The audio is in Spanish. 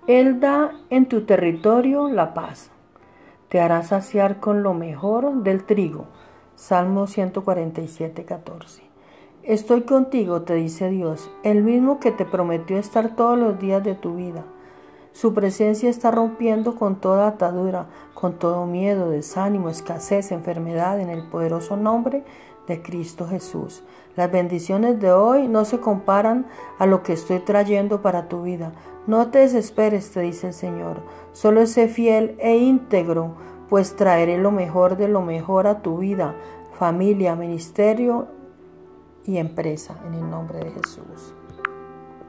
Él da en tu territorio la paz. Te hará saciar con lo mejor del trigo. Salmo 147:14. Estoy contigo, te dice Dios, el mismo que te prometió estar todos los días de tu vida. Su presencia está rompiendo con toda atadura, con todo miedo, desánimo, escasez, enfermedad, en el poderoso nombre de Cristo Jesús. Las bendiciones de hoy no se comparan a lo que estoy trayendo para tu vida. No te desesperes, te dice el Señor. Solo sé fiel e íntegro, pues traeré lo mejor de lo mejor a tu vida, familia, ministerio y empresa, en el nombre de Jesús.